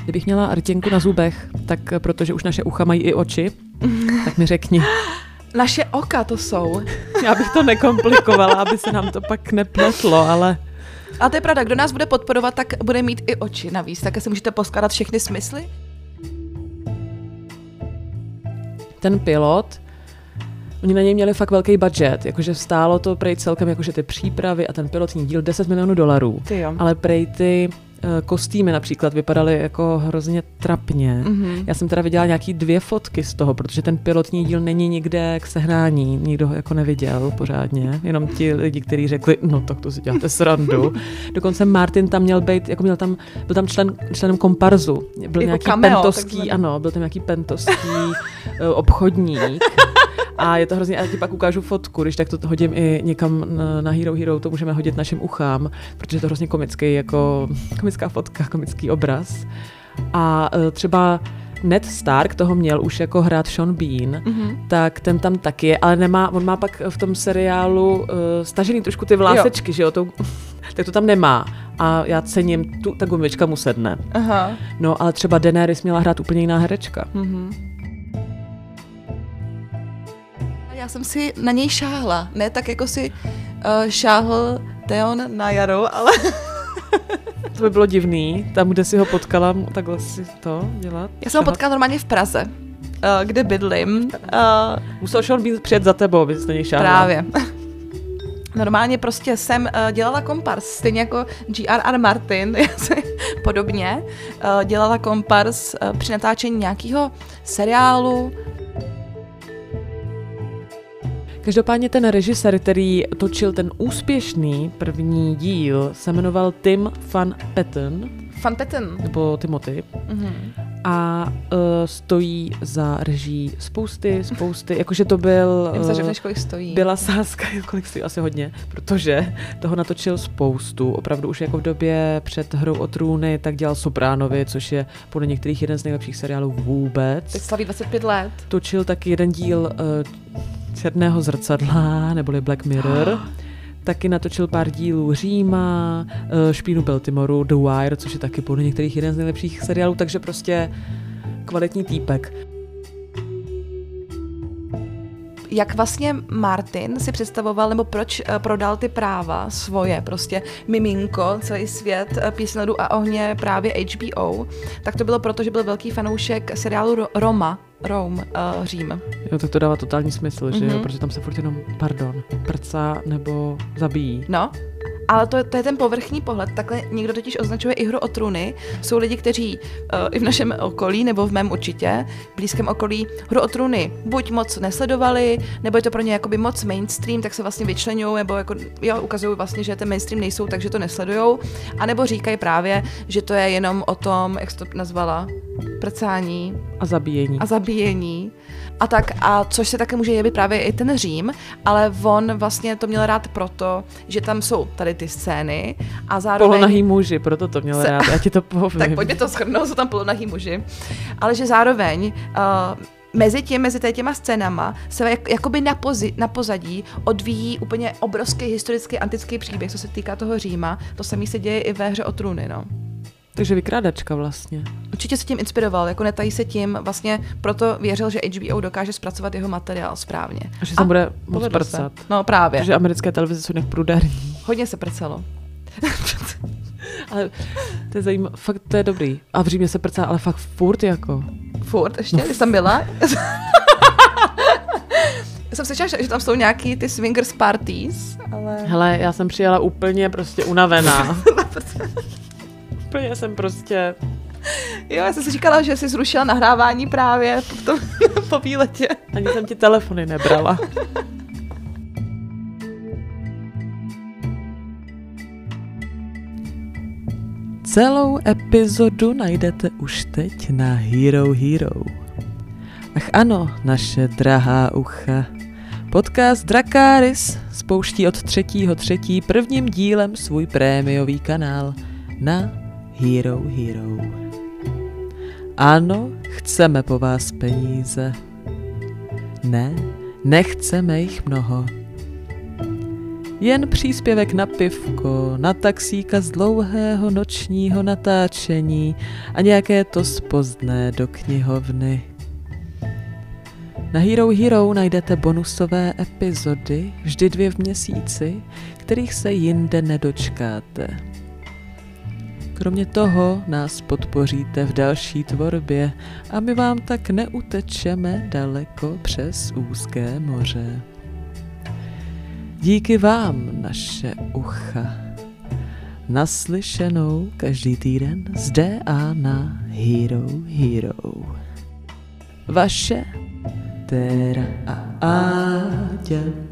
Kdybych měla rtěnku na zubech, tak protože už naše ucha mají i oči, tak mi řekni. Naše oka to jsou. Já bych to nekomplikovala, aby se nám to pak nepletlo, ale... A to je pravda, kdo nás bude podporovat, tak bude mít i oči navíc, tak si můžete poskládat všechny smysly. Ten pilot, oni na něj měli fakt velký budget, jakože stálo to prej celkem jakože ty přípravy a ten pilotní díl $10 milionů. Ale prej ty kostýmy například vypadaly jako hrozně trapně. Mm-hmm. Já jsem teda viděla nějaký 2 fotky z toho, protože ten pilotní díl není nikde k sehnání, nikdo ho jako neviděl pořádně, jenom ti lidi, kteří řekli, no tak to si děláte srandu. Dokonce Martin tam měl být, jako byl tam členem komparzu, byl jako nějaký cameo, pentoský, ano, byl tam nějaký pentoský obchodník. A je to hrozně, já ti pak ukážu fotku, když tak to hodím i někam na Hero, to můžeme hodit našim uchám, protože je to hrozně komický, jako komická fotka, komický obraz. A třeba Ned Stark toho měl už jako hrát Sean Bean, tak ten tam taky je, ale on má pak v tom seriálu stažený trošku ty vlásečky, že jo, tak to tam nemá. A já cením, ta gumička mu sedne. Aha. No, ale třeba Daenerys měla hrát úplně jiná herečka. Já jsem si na něj šáhla, ne tak jako si šáhl Theon na Jaro, ale... To by bylo divný, tam, kde si ho potkala, takhle si to dělat? Já jsem ho potkala normálně v Praze, kde bydlím. Musel Sean Bean přijet za tebou, aby jsi na něj šáhla. Právě. Normálně prostě jsem dělala kompars, stejně jako G.R.R. Martin, podobně. Dělala kompars při natáčení nějakého seriálu. Každopádně ten režisér, který točil ten úspěšný první díl, se jmenoval Tim Van Patten. Van Patten. Nebo Timothy. A stojí za reží spousty, jakože to byl... Jím se řekneš, kolik stojí. Byla sázka, kolik stojí, asi hodně, protože toho natočil spoustu. Opravdu už jako v době před Hrou o trůny, tak dělal Sopránovi, což je podle některých jeden z nejlepších seriálů vůbec. Teď slaví 25 let. Točil taky jeden díl Černého zrcadla, neboli Black Mirror. Taky natočil pár dílů Říma, Špínu Baltimoru, The Wire, což je taky podle některých jeden z nejlepších seriálů, takže prostě kvalitní týpek. Jak vlastně Martin si představoval, nebo proč prodal ty práva svoje, prostě miminko, celý svět, Písně ledu a ohně, právě HBO, tak to bylo proto, že byl velký fanoušek seriálu Rome, Řím. Jo, tak to dává totální smysl, že jo, protože tam se furt jenom, prcá nebo zabíjí. No, ale to je ten povrchní pohled, takhle někdo totiž označuje i Hru o trůny. Jsou lidi, kteří i v našem okolí, nebo v mém určitě, blízkém okolí, Hru o trůny buď moc nesledovali, nebo je to pro ně jakoby moc mainstream, tak se vlastně vyčleňují, nebo jako, ukazují vlastně, že ten mainstream nejsou, takže to nesledujou, anebo říkají právě, že to je jenom o tom, jak jsi to nazvala, prcání a zabíjení. A což se také může jevit právě i ten Řím, ale on vlastně to měl rád proto, že tam jsou tady ty scény a zároveň... Polonahý muži, proto to měl rád, já ti to povím. Tak pojďme to shrnout, jsou tam polonahý muži. Ale že zároveň mezi těma scénama se jakoby na pozadí odvíjí úplně obrovský historický antický příběh, co se týká toho Říma. To samé se děje i ve Hře o trůny, no. Takže vykrádačka vlastně. Určitě se tím inspiroval, jako netají se tím, vlastně proto věřil, že HBO dokáže zpracovat jeho materiál správně. A že se bude moc prcat. No právě. Protože americké televize jsou nepruderní. Hodně se prcelo. Ale to je zajímavé, fakt to je dobrý. A v Římě se prcá, ale fakt furt jako. Furt ještě, když tam byla? Já jsem slyšela, že tam jsou nějaký ty swingers parties, ale... Hele, já jsem přijela úplně prostě unavená. Úplně jsem prostě... Jo, já jsem si říkala, že jsi zrušila nahrávání právě po výletě. Ani jsem ti telefony nebrala. Celou epizodu najdete už teď na Hero. Ach ano, naše drahá ucha. Podcast Dracarys spouští od 3.3. prvním dílem svůj prémiový kanál na Hero. Ano, chceme po vás peníze. Ne, nechceme jich mnoho. Jen příspěvek na pivko, na taxíka z dlouhého nočního natáčení a nějaké to spozdné do knihovny. Na Hero Hero najdete bonusové epizody, vždy 2 v měsíci, kterých se jinde nedočkáte. Kromě toho nás podpoříte v další tvorbě a my vám tak neutečeme daleko přes úzké moře. Díky vám, naše ucha. Naslyšenou každý týden zde a na Hero Hero. Vaše Téra a Áďa.